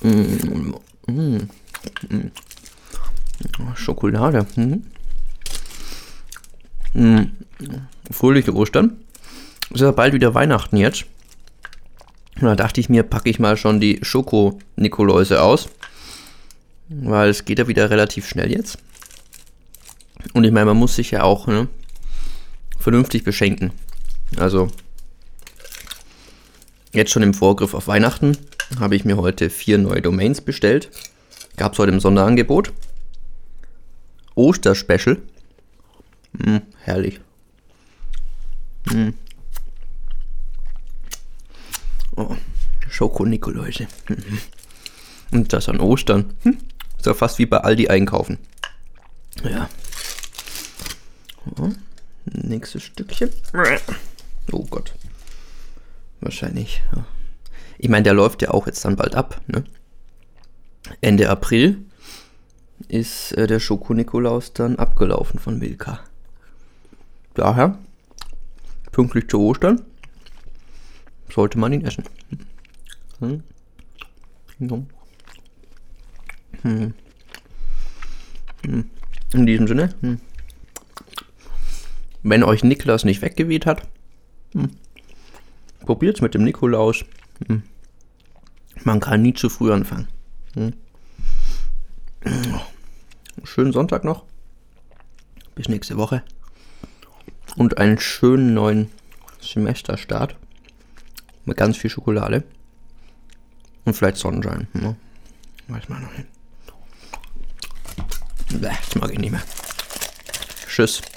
Schokolade. Fröhliche Ostern. Es ist ja bald wieder Weihnachten jetzt. Und da dachte ich mir, packe ich mal schon die Schoko-Nikoläuse aus. Weil es geht ja wieder relativ schnell jetzt. Und ich meine, man muss sich ja auch vernünftig beschenken. Also jetzt schon im Vorgriff auf Weihnachten habe ich mir heute 4 neue Domains bestellt. Gab es heute im Sonderangebot. Osterspecial. Herrlich. Oh, Schoko-Nikoläuse. Und das an Ostern. Ist ja fast wie bei Aldi einkaufen. Ja. Oh, nächstes Stückchen. Oh Gott. Wahrscheinlich. Ja. Ich meine, der läuft ja auch jetzt dann bald ab. Ne? Ende April ist der Schoko-Nikolaus dann abgelaufen von Milka. Daher, pünktlich zu Ostern, sollte man ihn essen. In diesem Sinne, wenn euch Niklas nicht weggeweht hat, probiert's mit dem Nikolaus. Man kann nie zu früh anfangen. Schönen Sonntag noch. Bis nächste Woche. Und einen schönen neuen Semesterstart. Mit ganz viel Schokolade. Und vielleicht Sonnenschein. Weiß man noch hin. Das mag ich nicht mehr. Tschüss.